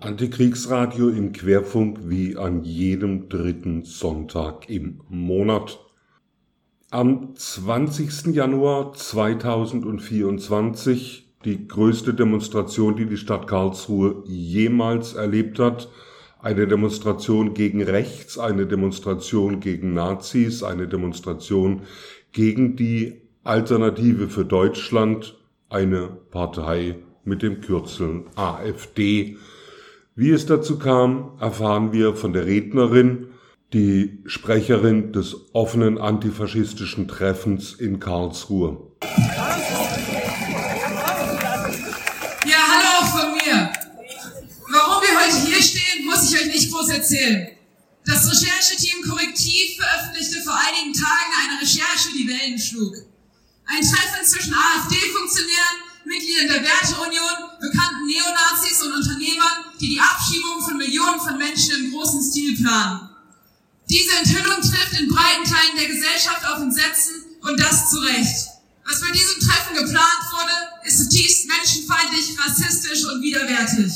Antikriegsradio im Querfunk wie an jedem dritten Sonntag im Monat. Am 20. Januar 2024 die größte Demonstration, die die Stadt Karlsruhe jemals erlebt hat. Eine Demonstration gegen rechts, eine Demonstration gegen Nazis, eine Demonstration gegen die Alternative für Deutschland, eine Partei mit dem Kürzel AfD. Wie es dazu kam, erfahren wir von der Rednerin, die Sprecherin des offenen antifaschistischen Treffens in Karlsruhe. Ja, hallo auch von mir. Warum wir heute hier stehen, muss ich euch nicht groß erzählen. Das Rechercheteam Korrektiv veröffentlichte vor einigen Tagen eine Recherche, die Wellen schlug. Ein Treffen zwischen AfD-Funktionären, Mitgliedern der Werteunion, bekannten Neonazis und Unternehmern, die die Abschiebung von Millionen von Menschen im großen Stil planen. Diese Enthüllung trifft in breiten Teilen der Gesellschaft auf Entsetzen und das zu Recht. Was bei diesem Treffen geplant wurde, ist zutiefst menschenfeindlich, rassistisch und widerwärtig.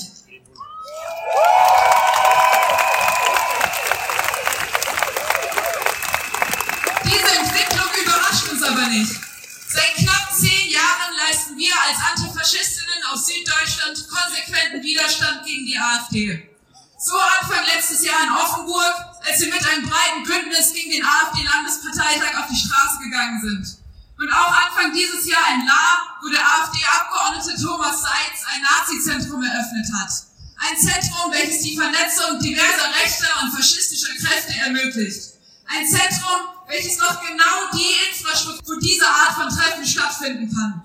Diese Entwicklung überrascht uns aber nicht. Seit knapp 10 Jahren leisten wir als Antifaschistinnen aus Süddeutschland konsequenten Widerstand gegen die AfD. So Anfang letztes Jahr in Offenburg, als wir mit einem breiten Bündnis gegen den AfD-Landesparteitag auf die Straße gegangen sind. Und auch Anfang dieses Jahr in Lahr, wo der AfD-Abgeordnete Thomas Seitz ein Nazi-Zentrum eröffnet hat. Ein Zentrum, welches die Vernetzung diverser rechter und faschistischer Kräfte ermöglicht. Ein Zentrum, welches noch genau die Infrastruktur für diese Art von Treffen stattfinden kann.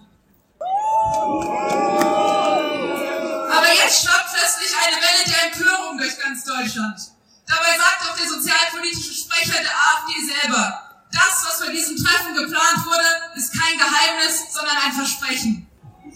Aber jetzt schwappt plötzlich eine Welle der Empörung durch ganz Deutschland. Dabei sagt auch der sozialpolitische Sprecher der AfD selber, das, was bei diesem Treffen geplant wurde, ist kein Geheimnis, sondern ein Versprechen.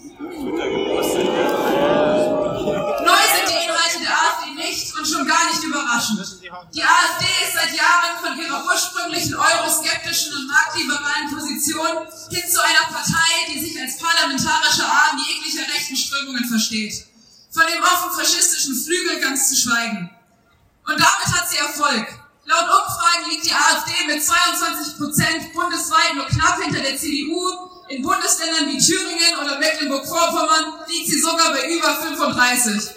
Neu sind die Inhalte der AfD nicht und schon gar nicht überraschend. Die AfD ist seit Jahren von ihrer ursprünglichen euroskeptischen und marktliberalen Position hin zu einer Partei, die sich als parlamentarischer Arm jeglicher rechten Strömungen versteht. Von dem offen faschistischen Flügel ganz zu schweigen. Und damit hat sie Erfolg. Laut Umfragen liegt die AfD mit 22% bundesweit nur knapp hinter der CDU. In Bundesländern wie Thüringen oder Mecklenburg-Vorpommern liegt sie sogar bei über 35.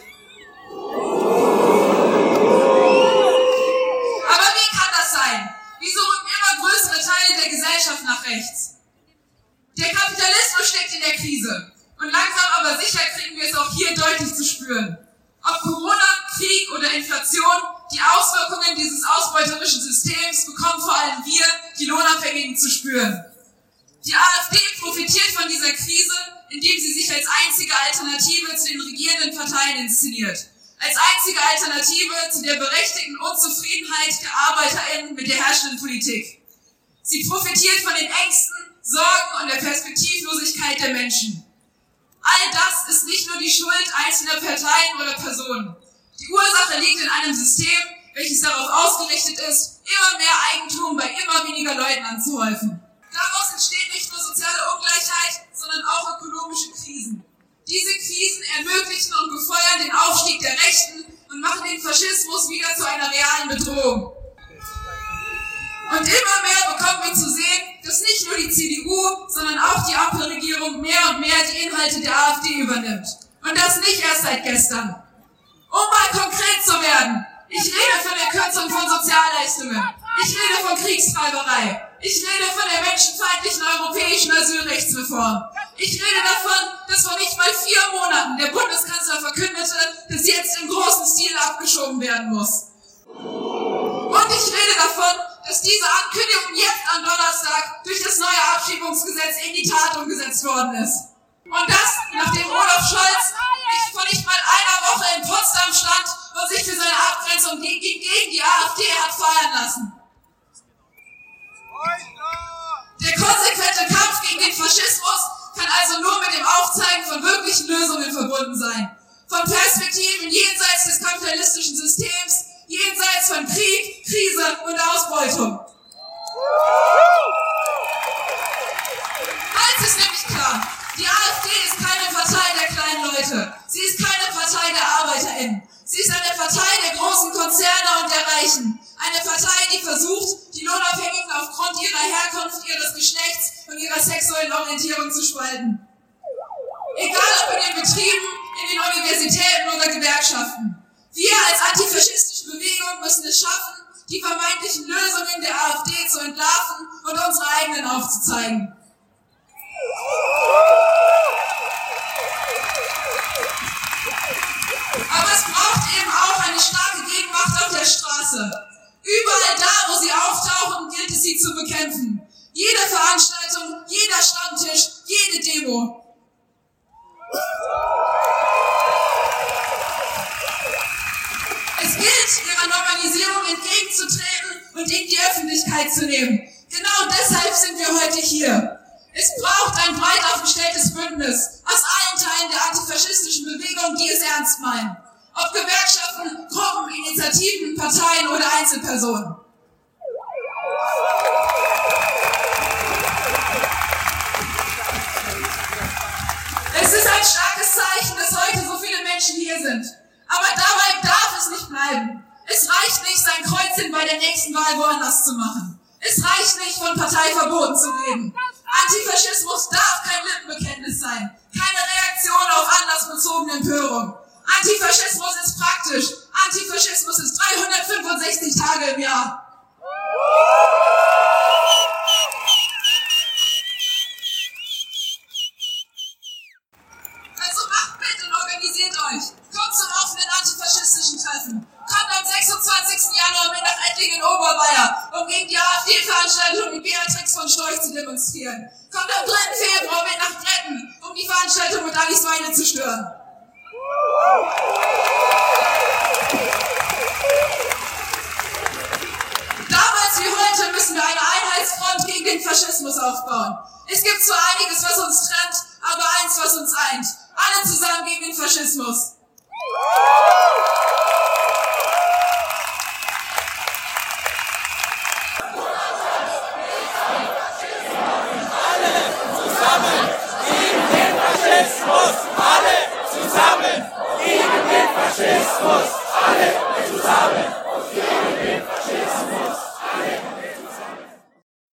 Aber wie kann das sein? Wieso rücken immer größere Teile der Gesellschaft nach rechts? Der Kapitalismus steckt in der Krise. Und langsam aber sicher kriegen wir es auch hier deutlich zu spüren. Ob Corona, Krieg oder Inflation, die Auswirkungen dieses ausbeuterischen Systems bekommen vor allem wir, die Lohnabhängigen, zu spüren. Die AfD profitiert von dieser Krise, indem sie sich als einzige Alternative zu den regierenden Parteien inszeniert. Als einzige Alternative zu der berechtigten Unzufriedenheit der ArbeiterInnen mit der herrschenden Politik. Sie profitiert von den Ängsten, Sorgen und der Perspektivlosigkeit der Menschen. All das ist nicht nur die Schuld einzelner Parteien oder Personen. Die Ursache liegt in einem System, welches darauf ausgerichtet ist, immer mehr Eigentum bei immer weniger Leuten anzuhäufen. Daraus entsteht nicht nur soziale Ungleichheit, sondern auch ökonomische Krisen. Diese Krisen ermöglichen und befeuern den Aufstieg der Rechten und machen den Faschismus wieder zu einer realen Bedrohung. Und immer mehr bekommen wir zu sehen, dass nicht nur die CDU, sondern auch die Ampelregierung mehr und mehr die Inhalte der AfD übernimmt. Und das nicht erst seit gestern. Um mal konkret zu werden, ich rede von der Kürzung von Sozialleistungen. Ich rede von Kriegstreiberei. Ich rede von der menschenfeindlichen europäischen Asylrechtsreform. Ich rede davon, dass vor nicht mal 4 Monaten der Bundeskanzler verkündete, dass jetzt im großen Stil abgeschoben werden muss. Und ich rede davon, dass diese Ankündigung jetzt am Donnerstag durch das neue Abschiebungsgesetz in die Tat umgesetzt worden ist. Und das, nachdem Olaf Scholz vor nicht mal einer Woche in Potsdam stand und sich für seine Abgrenzung gegen die AfD hat feiern lassen. Der konsequente Kampf gegen den Faschismus kann also nur mit dem Aufzeigen von wirklichen Lösungen verbunden sein. Von Perspektiven jenseits des kapitalistischen Systems, jenseits von Krieg, Krise und Ausbeutung. Eins ist nämlich klar, die AfD ist keine Partei der kleinen Leute. Sie ist keine Partei der ArbeiterInnen. Sie ist eine Partei der großen Konzerne und der Reichen. Eine Partei, die versucht, die Lohnabhängigen aufgrund ihrer Herkunft, ihres Geschlechts und ihrer sexuellen Orientierung zu spalten. Egal ob in den Betrieben, in den Universitäten oder Gewerkschaften. Wir als antifaschistische Bewegung müssen es schaffen, die vermeintlichen Lösungen der AfD zu entlarven und unsere eigenen aufzuzeigen. Aber es braucht eben auch eine starke Gegenmacht auf der Straße. Überall da, wo sie auftauchen, gilt es, sie zu bekämpfen. Jede Veranstaltung, jeder Stammtisch, jede Demo. Es gilt, ihrer Normalisierung entgegenzutreten und in die Öffentlichkeit zu nehmen. Genau deshalb sind wir heute hier. Es braucht ein breit aufgestelltes Bündnis aus allen Teilen der antifaschistischen Bewegung, die es ernst meinen. Ob Gewerkschaften, Gruppen, Initiativen, Parteien oder Einzelpersonen. Es ist ein starkes Zeichen, dass heute so viele Menschen hier sind. Aber dabei darf es nicht bleiben. Es reicht nicht, sein Kreuzchen bei der nächsten Wahl woanders zu machen. Es reicht nicht, von Parteiverboten zu reden. Antifaschismus darf kein Lippenbekenntnis sein. Keine Reaktion auf andersbezogene Empörung. Antifaschismus ist praktisch. Antifaschismus ist 365 Tage im Jahr. Also macht mit und organisiert euch. Kommt zum offenen antifaschistischen Treffen. Kommt am 26. Januar mit nach Ettlingen in Oberweier, um gegen die AfD-Veranstaltung mit Beatrix von Storch zu demonstrieren. Kommt am 3. Februar mit nach Bretten, um die Veranstaltung mit Alice Weine zu stören. Damals wie heute müssen wir eine Einheitsfront gegen den Faschismus aufbauen. Es gibt zwar einiges, was uns trennt, aber eins, was uns eint. Alle zusammen gegen den Faschismus.